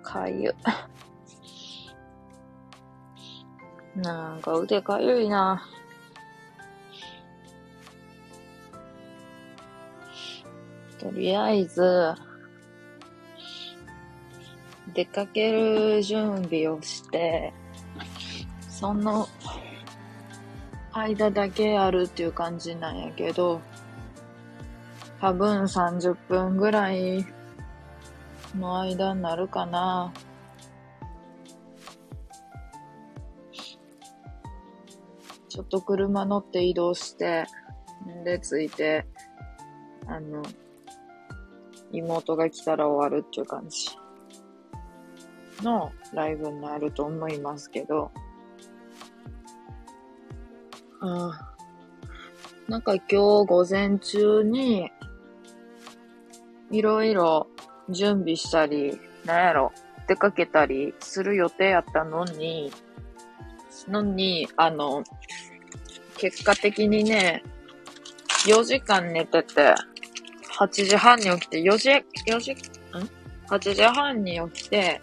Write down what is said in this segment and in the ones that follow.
かゆ。なんか腕かゆいな。とりあえず、出かける準備をして、その間だけやるっていう感じなんやけど、多分30分ぐらいの間になるかな。ちょっと車乗って移動して、で着いて、妹が来たら終わるっていう感じのライブになると思いますけど、なんか今日午前中にいろいろ準備したり、出かけたりする予定やったのに、結果的にね、4時間寝てて、8時半に起きて、8時半に起きて、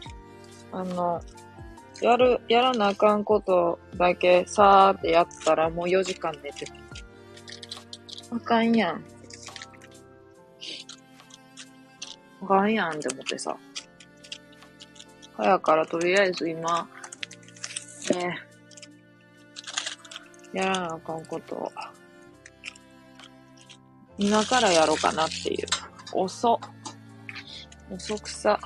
やらなあかんことだけさーってやったらもう4時間寝てた。あかんやんって思ってさ。早からとりあえず今、やらなあかんことを、今からやろうかなっていう。遅くさ。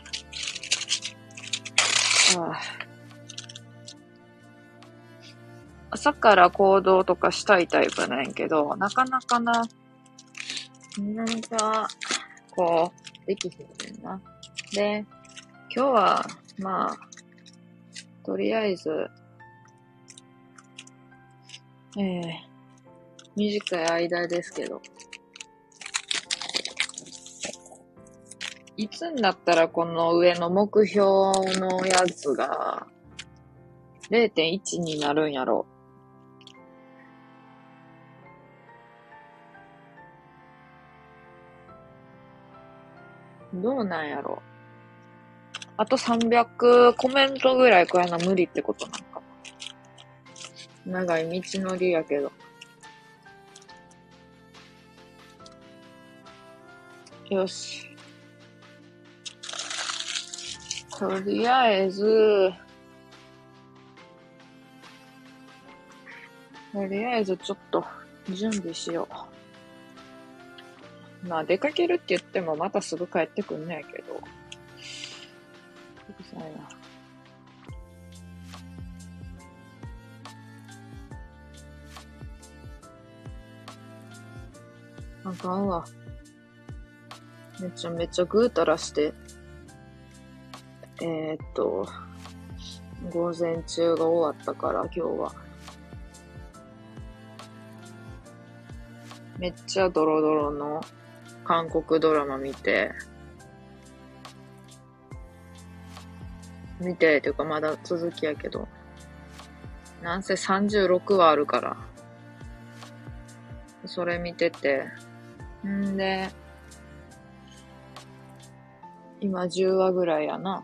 朝から行動とかしたいタイプなんやけど、なかなかな、できひんねんな。で、今日は、とりあえず、短い間ですけど、いつになったらこの上の目標のやつが 0.1 になるんやろ。どうなんやろ。あと300コメントぐらい加えな無理ってことなんかな。長い道のりやけど。よし。とりあえずちょっと準備しよう。出かけるって言ってもまたすぐ帰ってくんねやけど。うるさいな。あかんわ。めちゃめちゃぐうたらして、午前中が終わったから今日は。めっちゃドロドロの韓国ドラマ見てっていうかまだ続きやけど、なんせ36話あるから、それ見てて、んで、今10話ぐらいやな。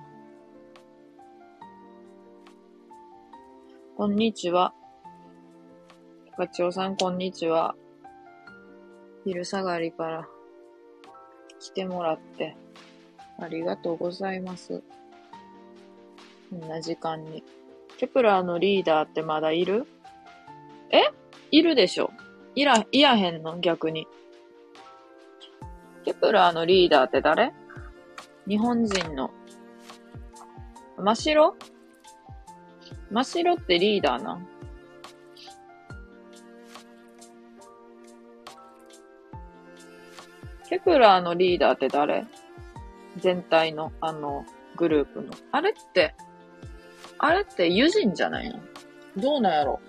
こんにちは。ガチョウさんこんにちは。昼下がりから来てもらってありがとうございます。こんな時間に。ケプラーのリーダーってまだいる？いるでしょ。いやへんの逆に。ケプラーのリーダーって誰？日本人の。マシロってリーダーなん？ケプラーのリーダーって誰？全体のグループの。あれってユジンじゃないの？どうなんやろ？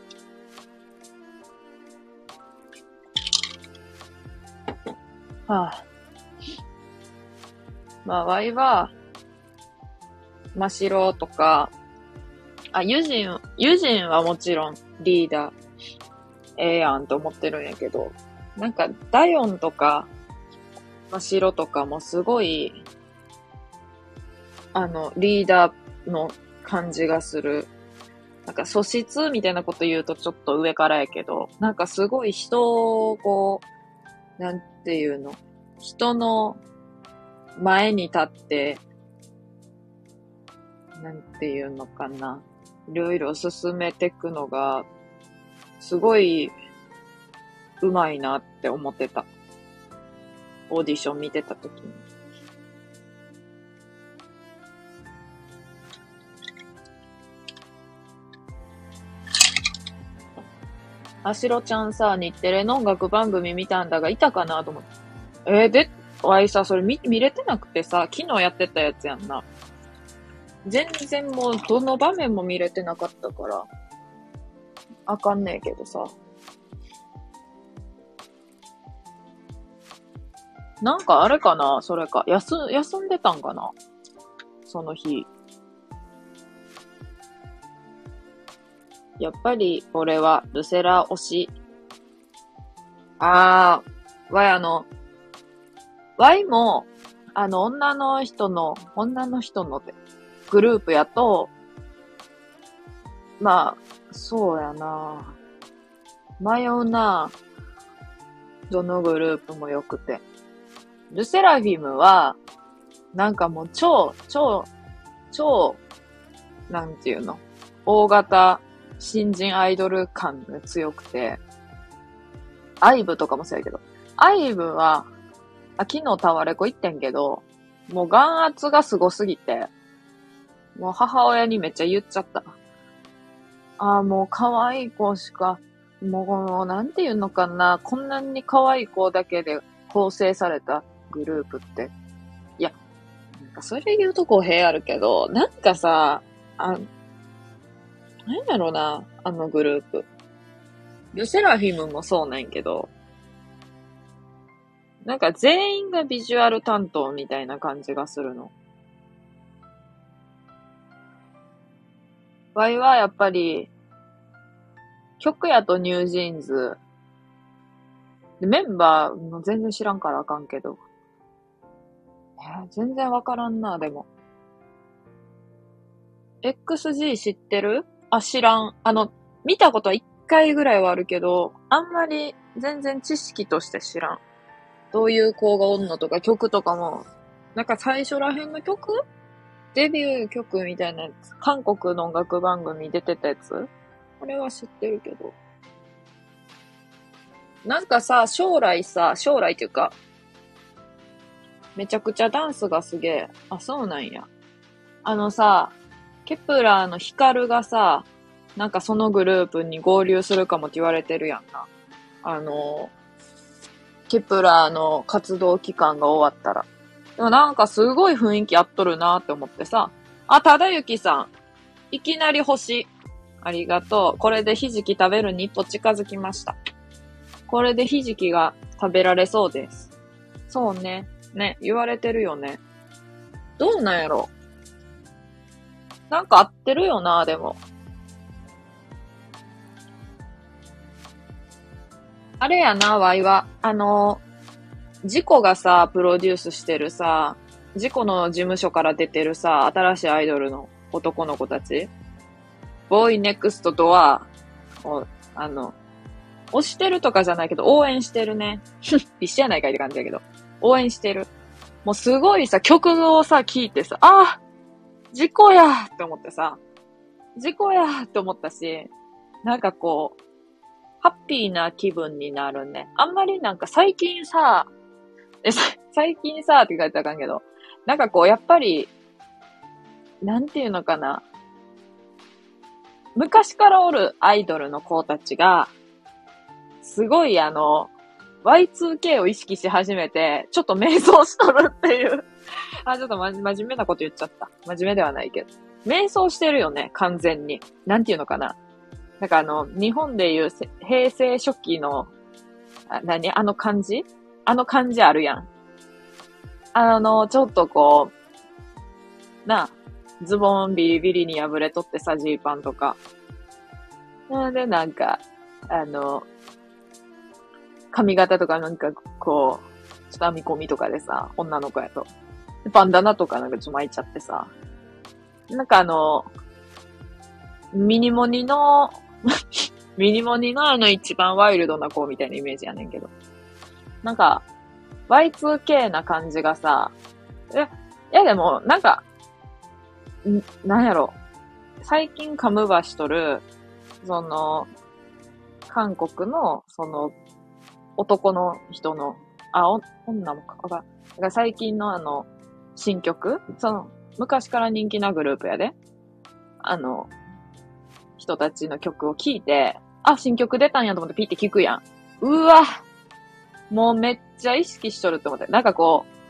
ワイは、マシロとか、ユジンはもちろんリーダー、やんと思ってるんやけど、なんか、ダヨンとか、マシロとかもすごい、 リーダーの感じがする。なんか素質みたいなこと言うとちょっと上からやけど、なんかすごい人をこう、なんていうの、人の前に立って、なんていうのかな、いろいろ進めていくのが、すごい上手いなって思ってた。オーディション見てた時に。あしろちゃんさ、日テレの音楽番組見たんだが、いたかなと思って。で、わいさ、それ見れてなくてさ、昨日やってたやつやんな。全然もう、どの場面も見れてなかったから、あかんねえけどさ。なんかあれかなそれか。休んでたんかなその日。やっぱり、俺は、ルセラ推し。ワイも、女の人のってグループやと、まあ、そうやな。迷うな。どのグループも良くて。ルセラフィムは、なんかもう超、なんていうの。大型新人アイドル感が強くて、アイブとかもそうやけど、アイブは、昨日タワレコ行ってんけど、もう眼圧がすごすぎて、もう母親にめっちゃ言っちゃった。もう可愛い子しか、もうなんていうのかな、こんなに可愛い子だけで構成されたグループって。いや、なんかそれ言うと語弊あるけど、なんかさ、なんやろな、あのグループ。ルセラフィムもそうなんやけど、なんか全員がビジュアル担当みたいな感じがするの。ワイはやっぱり、曲やとニュージーンズ。でメンバーも全然知らんからあかんけど。全然わからんな、でも。XG 知ってる？知らん。見たことは一回ぐらいはあるけど、あんまり全然知識として知らん。どういう子がおんのとか曲とかも、なんか最初らへんの曲？デビュー曲みたいなやつ。韓国の音楽番組出てたやつ？これは知ってるけど。なんかさ、将来っていうか、めちゃくちゃダンスがすげえ。そうなんや。ケプラーのヒカルがさ、なんかそのグループに合流するかもって言われてるやんな。ケプラーの活動期間が終わったら。でもなんかすごい雰囲気あっとるなって思ってさ。ただゆきさん。いきなり星。ありがとう。これでひじき食べるに一歩近づきました。これでひじきが食べられそうです。そうね。ね、言われてるよね。どうなんやろ。なんか合ってるよな、でも。あれやな、ワイは。ジコがさ、プロデュースしてるさ、ジコの事務所から出てるさ、新しいアイドルの男の子たち。ボーイネクストドアを、推してるとかじゃないけど、応援してるね。一緒やないかいって感じだけど。応援してる。もうすごいさ、曲をさ、聴いてさ、ジコやーって思ってさ、ジコやーって思ったし、なんかこう、ハッピーな気分になるね。あんまりなんか最近さ、最近さって書いてあかんけど、なんかこう、やっぱり、なんていうのかな。昔からおるアイドルの子たちが、すごいY2K を意識し始めて、ちょっと迷走しとるっていう。ちょっと真面目なこと言っちゃった。真面目ではないけど。迷走してるよね、完全に。なんていうのかな。なんか日本でいう平成初期の、あの感じあるやん。ちょっとこズボンビリビリに破れとってさ、ジーパンとか。で、なんか、髪型とかなんかちょっと編み込みとかでさ、女の子やと。バンダナとかなんかちょっと巻いちゃってさ。 なんかミニモニのミニモニの一番ワイルドな子みたいなイメージやねんけど。なんか、Y2K な感じがさ、いやでも、なんか、なんやろ。最近カムバしとる、その、韓国の、その、男の人の、女もか、だから最近の新曲その、昔から人気なグループやで。人たちの曲を聴いて、新曲出たんやと思ってピって聞くやん。うわもうめっちゃ意識しとるって思って。なんかこう、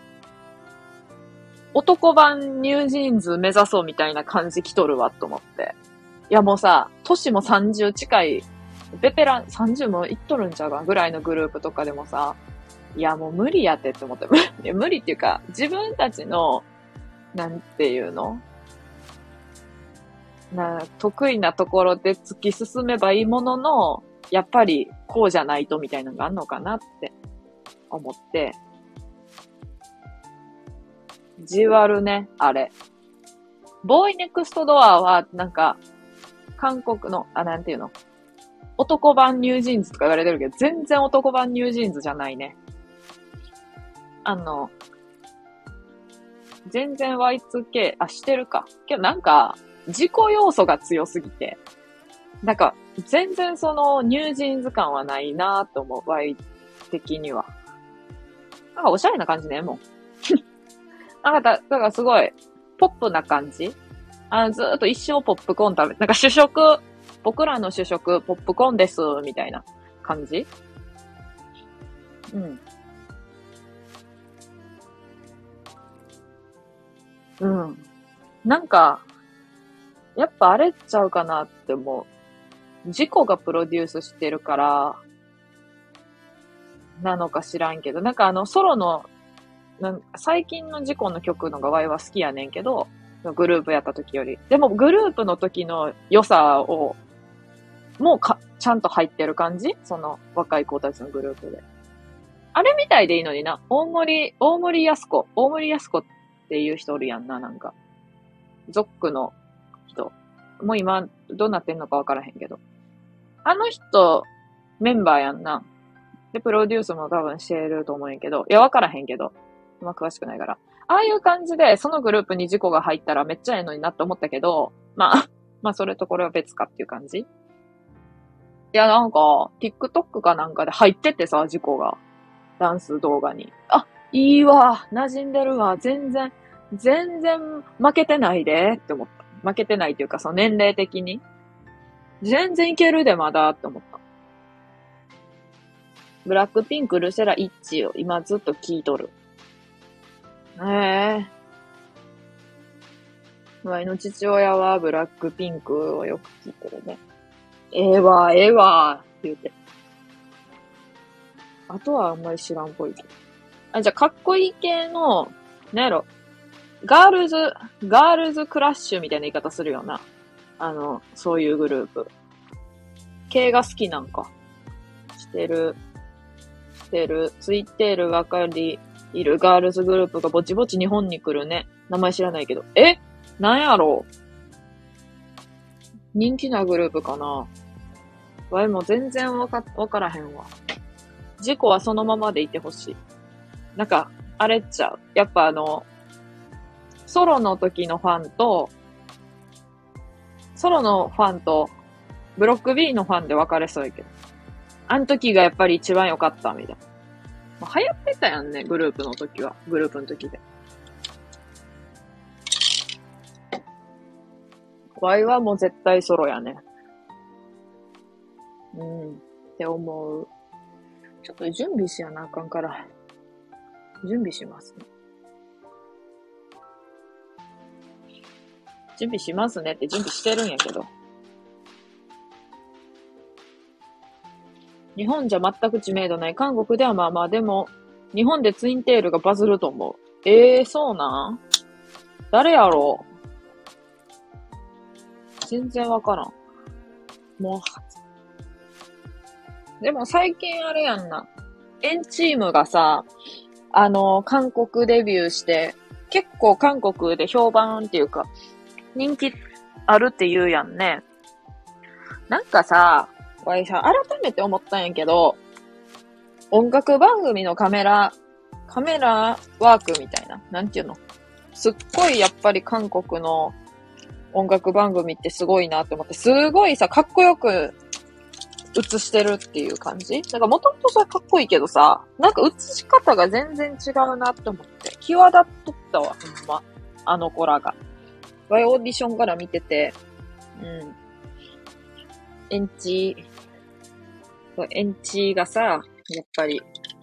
男版ニュージーンズ目指そうみたいな感じ来とるわと思って。いやもうさ、年も30近い、ベテラン30もいっとるんちゃうかぐらいのグループとかでもさ、いやもう無理やって思って。無理っていうか、自分たちの、なんていうの得意なところで突き進めばいいものの、やっぱりこうじゃないとみたいなのがあんのかなって思って。じわるね、あれ。ボーイネクストドアは、なんか、韓国の、なんていうの男版ニュージーンズとか言われてるけど、全然男版ニュージーンズじゃないね。全然 Y2K、してるか。けどなんか、自己要素が強すぎて、なんか、全然そのニュージーンズ感はないなと思う、Y 的には。なんかおしゃれな感じね、もう。なんかだからすごい、ポップな感じずーっと一生ポップコーン食べ、なんか主食、僕らの主食、ポップコーンです、みたいな感じうん。うん。なんか、やっぱあれちゃうかなって思う。自己がプロデュースしてるから、なのか知らんけど、なんかソロの、最近の自己の曲の側は好きやねんけど、グループやった時より。でもグループの時の良さを、もうちゃんと入ってる感じその若い子たちのグループで。あれみたいでいいのにな。大森安子っていう人おるやんな、なんか。ゾックの人。もう今、どうなってんのかわからへんけど。あの人、メンバーやんな。で、プロデュースも多分してると思うんやけど。いや、わからへんけど。まあ、詳しくないから。ああいう感じで、そのグループに事故が入ったらめっちゃええのになって思ったけど、まあ、それとこれは別かっていう感じ。いや、なんか、TikTok かなんかで入っててさ、事故が。ダンス動画に。いいわ。馴染んでるわ。全然負けてないでって思った。負けてないっていうか、その年齢的に。全然いけるで、まだって思った。ブラックピンク、ルセラ、イッチを今ずっと聞いとる。ワイの父親はブラックピンクをよく聞いてるね。ええわって言って。あとはあんまり知らんっぽいけど。じゃあかっこいい系の、なんやろ、ガールズクラッシュみたいな言い方するよな。そういうグループ。系が好きなんか。してる。ツイッテールばかりいるガールズグループがぼちぼち日本に来るね。名前知らないけど。なんやろう人気なグループかなわいも全然わからへんわ。事故はそのままでいてほしい。なんか、あれっちゃう。やっぱソロの時のファンと、ブロック B のファンで分かれそうやけど。あの時がやっぱり一番良かったみたいな。流行ってたやんね、グループの時は。グループの時で。ワイはもう絶対ソロやね。って思う。ちょっと準備しやなあかんから。準備しますね。準備しますねって準備してるんやけど。日本じゃ全く知名度ない。韓国ではまあまあでも、日本でツインテールがバズると思う。そうなん誰やろう全然わからん。もう、でも最近あれやんな。エンチームがさ、韓国デビューして、結構韓国で評判っていうか、 人気あるって言うやんね。なんかさ、わいさ、改めて思ったんやけど、音楽番組のカメラワークみたいな。なんていうの？すっごいやっぱり韓国の音楽番組ってすごいなって思って、すごいさ、かっこよく映してるっていう感じ？なんかもともとそれかっこいいけどさ、なんか映し方が全然違うなって思って、際立っとったわ、ほんま。あの子らが。ワイオーディションから見てて、エンチがさ、やっぱり、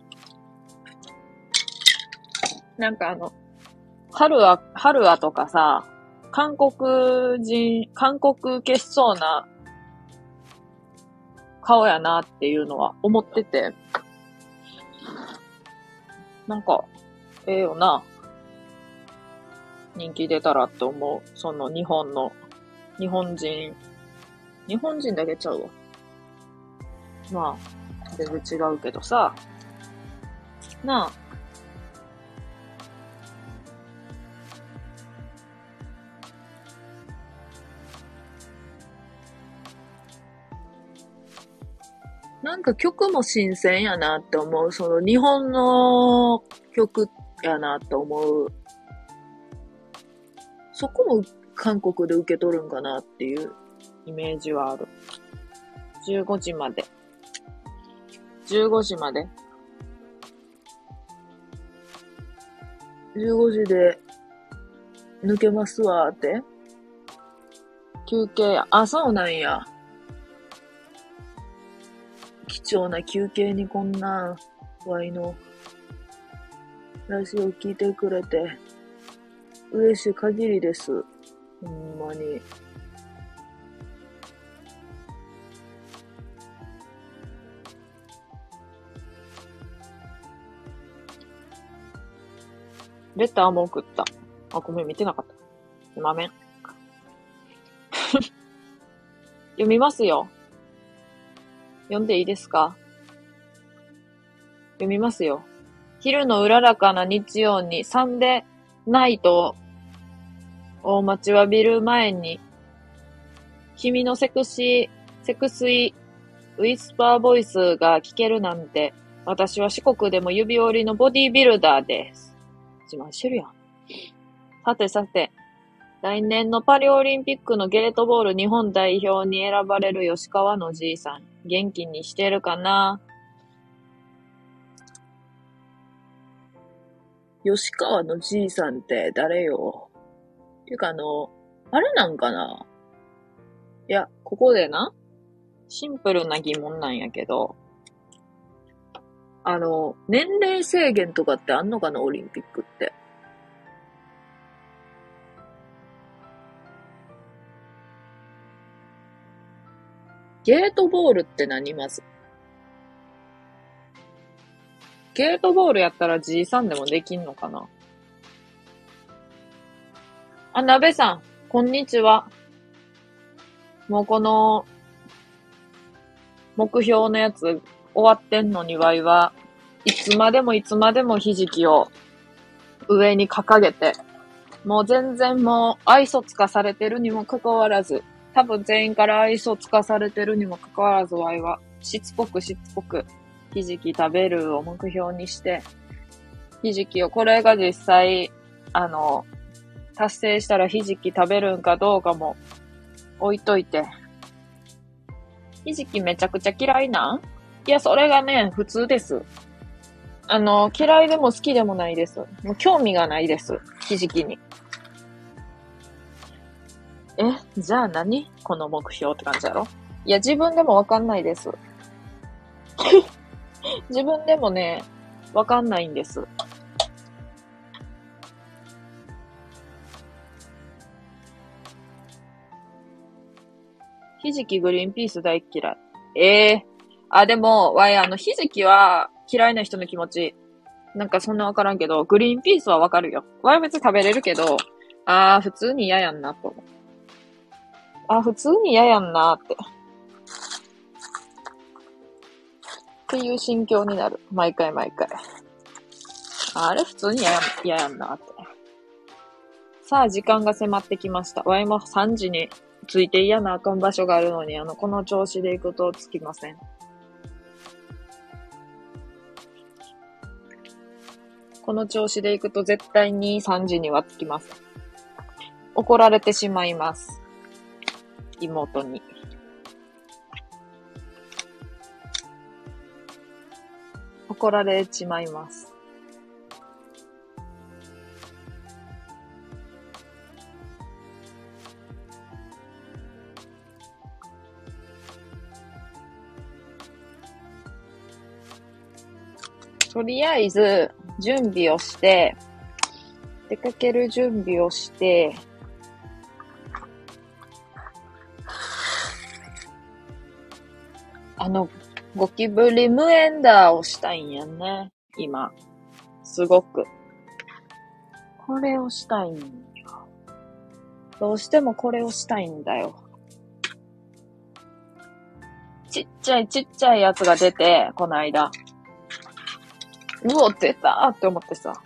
なんかハルアとかさ、韓国消しそうな顔やなっていうのは思ってて、なんか、ええよな。人気出たらって思う。その日本人だけちゃうわ。まあ、全然違うけどさ。なあ。なんか曲も新鮮やなって思う。その日本の曲やなって思う。そこも韓国で受け取るんかなっていうイメージはある。15時まで。15時まで。15時で抜けますわーって。休憩や。あ、そうなんや。貴重な休憩にこんなワイのラジオ聞いてくれて嬉しい限りです。ほんまに。レターも送った。あ、ごめん、見てなかった。すいません。読みますよ。読んでいいですか？読みますよ。昼のうららかな日曜にサンデーナイトを待ちわびる前に、君のセクシーウィスパーボイスが聞けるなんて、私は四国でも指折りのボディービルダーです。自慢してるやん。さてさて、来年のパリオリンピックのゲートボール日本代表に選ばれる吉川のじいさん、元気にしてるかな？吉川のじいさんって誰よ？ていうかあれなんかな？いや、ここでな、シンプルな疑問なんやけど、年齢制限とかってあんのかな、オリンピックって。ゲートボールって何まず。ゲートボールやったら G3 でもできんのかな？あ、なべさん、こんにちは。もうこの目標のやつ終わってんのにわいはいつまでもひじきを上に掲げて、もう全然もう愛想つかされてるにもかかわらず、多分全員から愛想つかされてるにもかかわらずわいはしつこくひじき食べるを目標にして、ひじきを、これが実際、達成したらひじき食べるんかどうかも置いといて。ひじきめちゃくちゃ嫌いなん？いや、それがね、普通です。嫌いでも好きでもないです。もう興味がないです。ひじきに。じゃあ何？この目標って感じやろ？いや、自分でもわかんないです。自分でもね、わかんないんです。ひじきグリーンピース大嫌い。でも、わい、ひじきは嫌いな人の気持ち、なんかそんなわからんけど、グリーンピースはわかるよ。わいは別に食べれるけど、普通に嫌やんな、と思う。普通に嫌やんな、って。っていう心境になる。毎回。あれ普通に嫌やんな、って。 さあ、時間が迫ってきました。わいも3時について嫌なあかん場所があるのに、この調子で行くとつきません。この調子で行くと絶対に3時にはつきます。怒られてしまいます。妹に。怒られちまいます。とりあえず、準備をして、出かける準備をして、ゴキブリムエンダーをしたいんやね。今。すごく。これをしたいんよ。どうしてもこれをしたいんだよ。ちっちゃいやつが出て、この間。うお、出たーって思ってさ。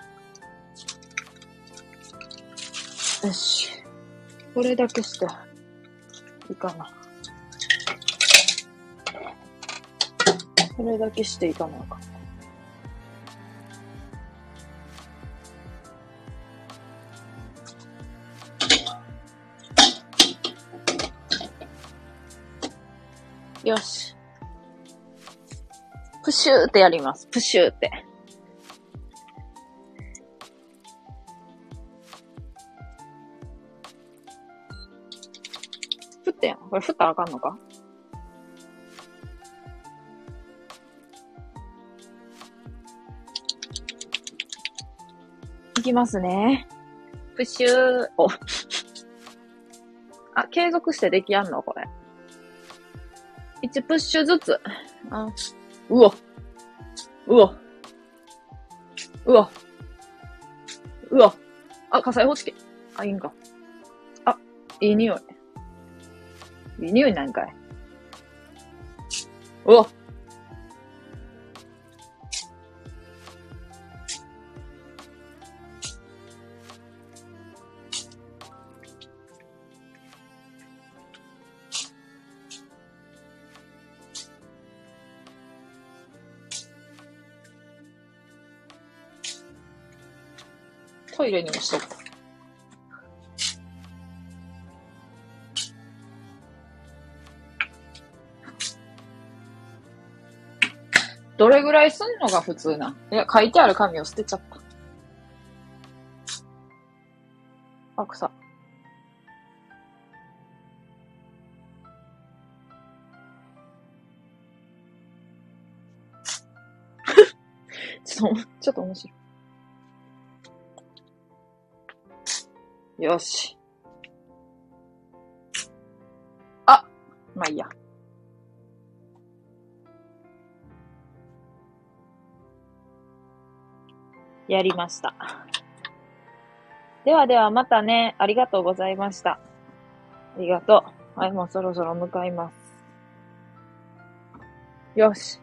よし。これだけして、いいかな。これだけしていかないか。よし。プシューってやります。プシューって。振ってやん。これ振ったらあかんのか？いきますね。プシュー。お。あ、継続してできやんのこれ。1プッシュずつ。あ、うお。うお。うお。うお。あ、火災報知器。あ、いいんか。あ、いい匂い。いい匂いなんかい。うお。トイレにもしとく。どれぐらいすんのが普通なん？いや、書いてある紙を捨てちゃった。あ、草。ちょっと面白い。よし。あ、まあいいや。やりました。ではではまたね。ありがとうございました。ありがとう。はい、もうそろそろ向かいます。よし。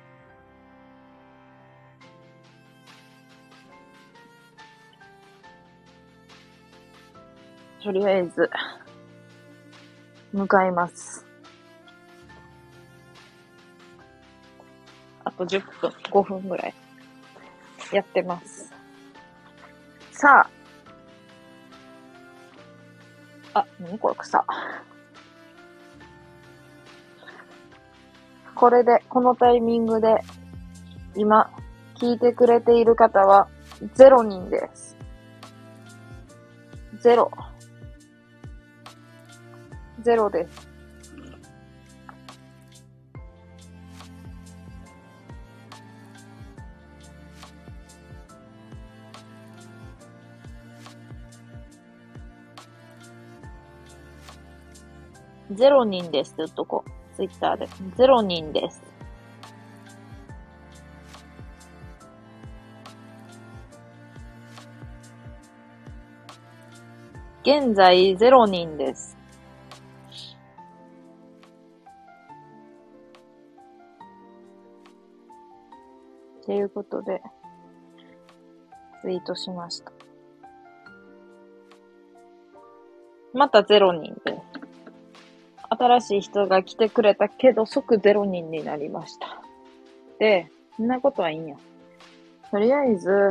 とりあえず、向かいます。あと10分、5分ぐらい。やってます。さあ。あ、何これ草。これで、このタイミングで、今、聞いてくれている方は、0人です。0。0です。0人ですって言っとこう。ツイッターで。0人です。現在0人です。ということで、ツイートしました。 また0人で。新しい人が来てくれたけど、即0人になりました。で、そんなことはいいんや。とりあえず、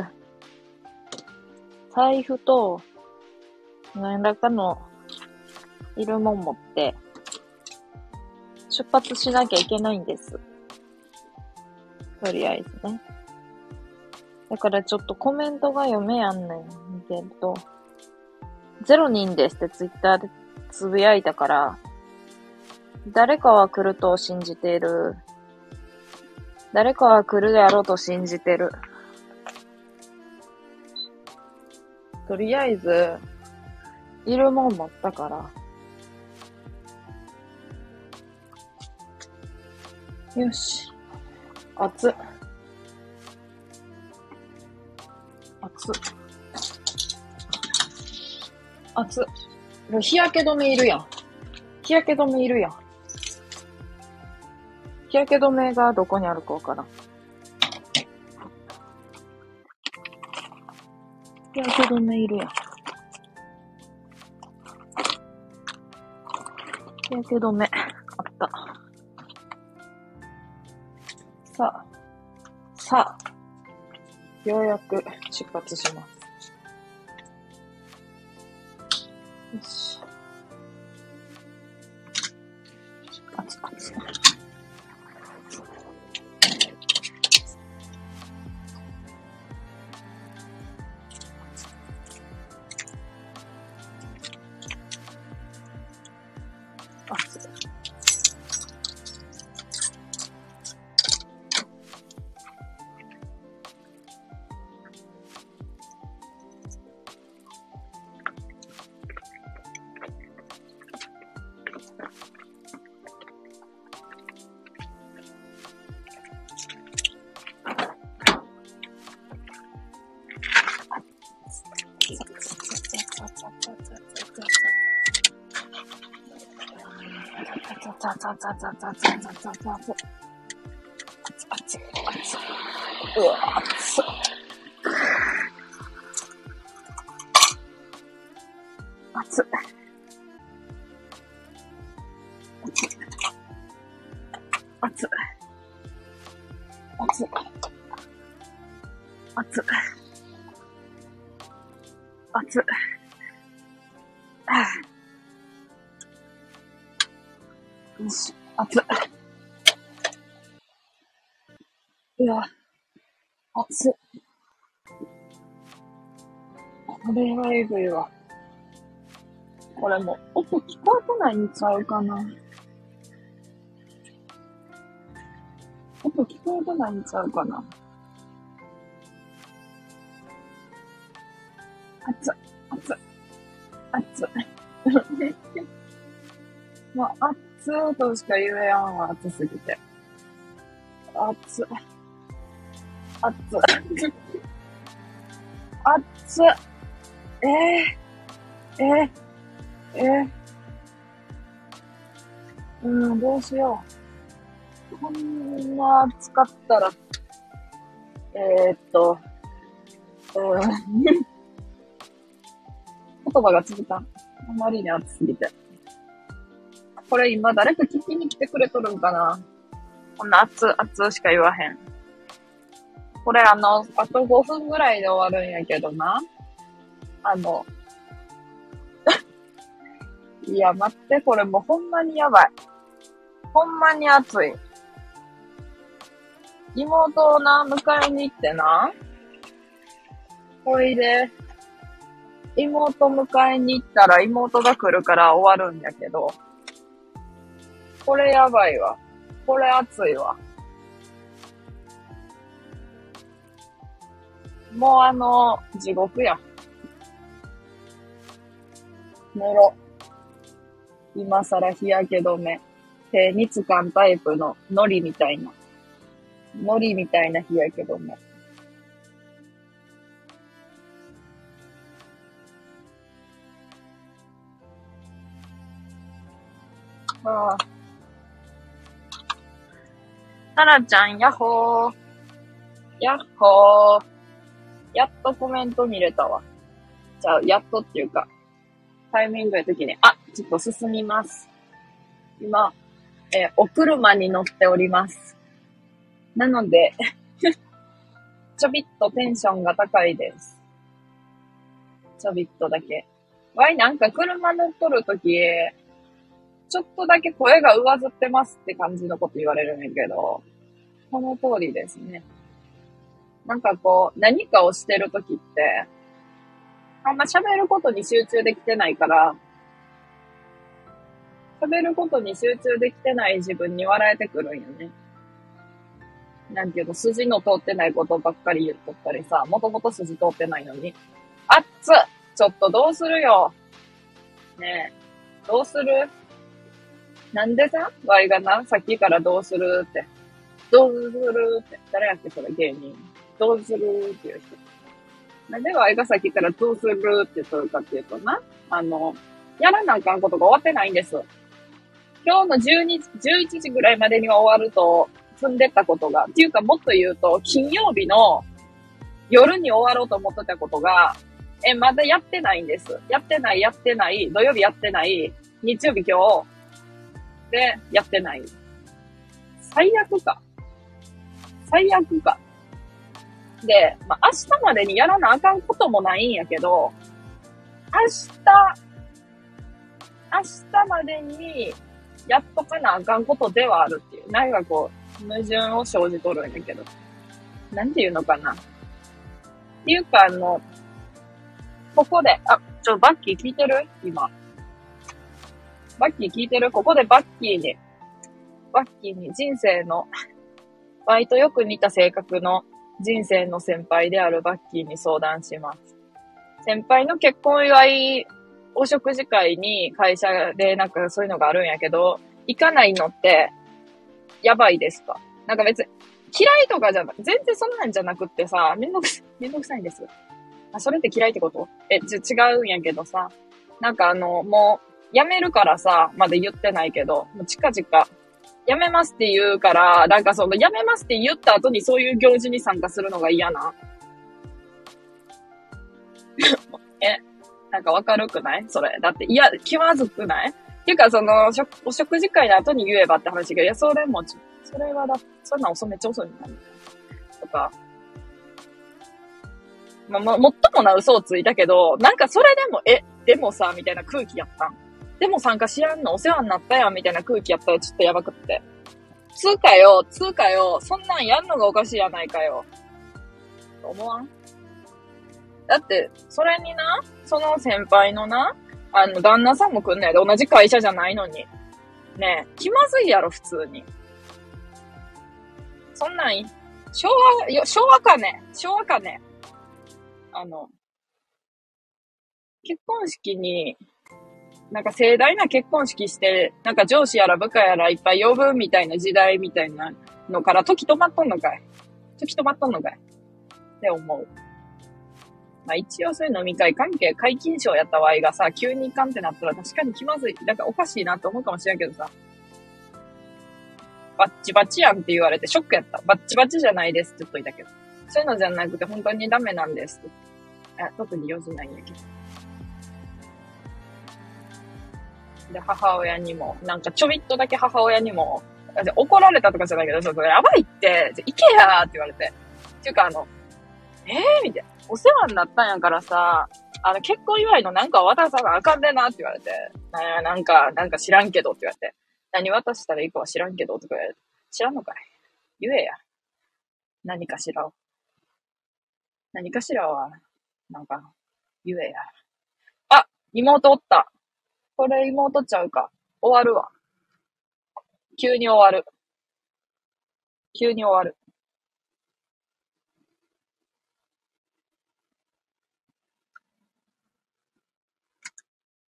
財布と、何らかのいるもん持って、出発しなきゃいけないんです。とりあえずね。だからちょっとコメントが読めやんねんけど、0人ですってツイッターでつぶやいたから、誰かは来ると信じている。誰かは来るであろうと信じてる。とりあえず、いるもん持ったから。よし。熱っ。熱っ。熱っ。日焼け止めいるやん。日焼け止めいるやん。日焼け止めがどこにあるかわからん。日焼け止めいるやん。日焼け止め、あった。さあ、ようやく出発します。よし。熱々。うわ、熱っ。熱っ。熱っ。熱っ。熱っ。熱っ。よし、熱っ。うわ、熱っ。これはエグいわ。これもう音聞こえてないんちゃうかな。音聞こえてないんちゃうかな。熱っ、熱っ、熱っ。もう熱っとしか言えやんわ、熱すぎて。熱っ。熱っ。熱っ。どうしよう。こんな暑かったら、言葉が続かん。あまりに暑すぎて。これ今誰か聞きに来てくれとるんかな。こんな熱しか言わへん。これあと5分ぐらいで終わるんやけどな。いや待って、これもうほんまにやばい。ほんまに暑い。妹をな、迎えに行ってな。ほいで、妹迎えに行ったら妹が来るから終わるんやけど、これやばいわ。これ暑いわ。もう地獄や。寝ろ。今更日焼け止め。手につかんタイプの海苔みたいな日焼け止め。ああ。タラちゃん、やっほー。やっほー。やっとコメント見れたわ。じゃあ、やっとっていうか、 タイミングの時に、ちょっと進みます。今、お車に乗っております。なので、ちょびっとテンションが高いです。ちょびっとだけ。なんか車乗っとるとき、ちょっとだけ声が上ずってますって感じのこと言われるんやけど、この通りですね。なんかこう、何かをしてるときって、あんま喋ることに集中できてないから、喋ることに集中できてない自分に笑えてくるんよね。なんていうの、筋の通ってないことばっかり言っとったりさ、もともと筋通ってないのに。あっつちょっとどうするよねえ、どうするなんでさ、ワイがな、さっきからどうするって。どうするって。誰やっけそれ芸人。どうするっていう人。なんでワイがさっきからどうするって言っとるかっていうとな、やらなあかんことが終わってないんです。今日の11時ぐらいまでには終わると積んでったことが、っていうかもっと言うと、金曜日の夜に終わろうと思ってたことが、まだやってないんです。やってない、土曜日やってない、日曜日今日、で、やってない。最悪か。最悪か。で、明日までにやらなあかんこともないんやけど、明日までにやっとかなあかんことではあるっていう。なんかこう、矛盾を生じとるんやけど。なんていうのかな。っていうかここで、バッキー聞いてる今。バッキー聞いてるここでバッキーに人生の、バイトよく似た性格の人生の先輩であるバッキーに相談します。先輩の結婚祝いお食事会に会社でなんかそういうのがあるんやけど、行かないのってやばいですか？なんか別に嫌いとかじゃない、全然そんなんじゃなくってさ、めんどくさいんです。それって嫌いってこと？違うんやけどさ、なんかもう、辞めるからさ、まだ言ってないけど、もう近々、辞めますって言うから、なんか辞めますって言った後にそういう行事に参加するのが嫌な。なんかわかるくないそれ。だって、気まずくないっていうか、お食事会の後に言えばって話が、それはそんなめっちゃ遅いんだね。とか。もっともな嘘をついたけど、なんかそれでも、でもさ、みたいな空気やったん。でも参加しやんのお世話になったやん、みたいな空気やったらちょっとやばくって。つうかよ、そんなんやんのがおかしいやないかよ。と思わん？だって、それにな、その先輩のな、旦那さんも来んねやで、同じ会社じゃないのに。ねえ、気まずいやろ、普通に。そんなん、昭和かね。結婚式に、なんか盛大な結婚式して、なんか上司やら部下やらいっぱい呼ぶみたいな時代みたいなのから時止まっとんのかいって思う。一応そういう飲み会関係解禁賞やった場合がさ、急にいかんってなったら確かに気まずい。なんかおかしいなって思うかもしれんけどさ。バッチバチやんって言われてショックやった。バッチバチじゃないですって言っといたけど。そういうのじゃなくて本当にダメなんですって。特に用事ないんやけど。で、母親にも、なんかちょびっとだけ母親にも、怒られたとかじゃないけど、それやばいって、行けやーって言われて。っていうかみたいな。お世話になったんやからさ、結婚祝いのなんか渡さなあかんでなって言われて。なんか知らんけどって言われて。何渡したらいいかは知らんけどとか言われて。知らんのかい？言えや。何かしらを。何かしらは、なんか、言えや。妹おった。これ妹ちゃうか。終わるわ。急に終わる。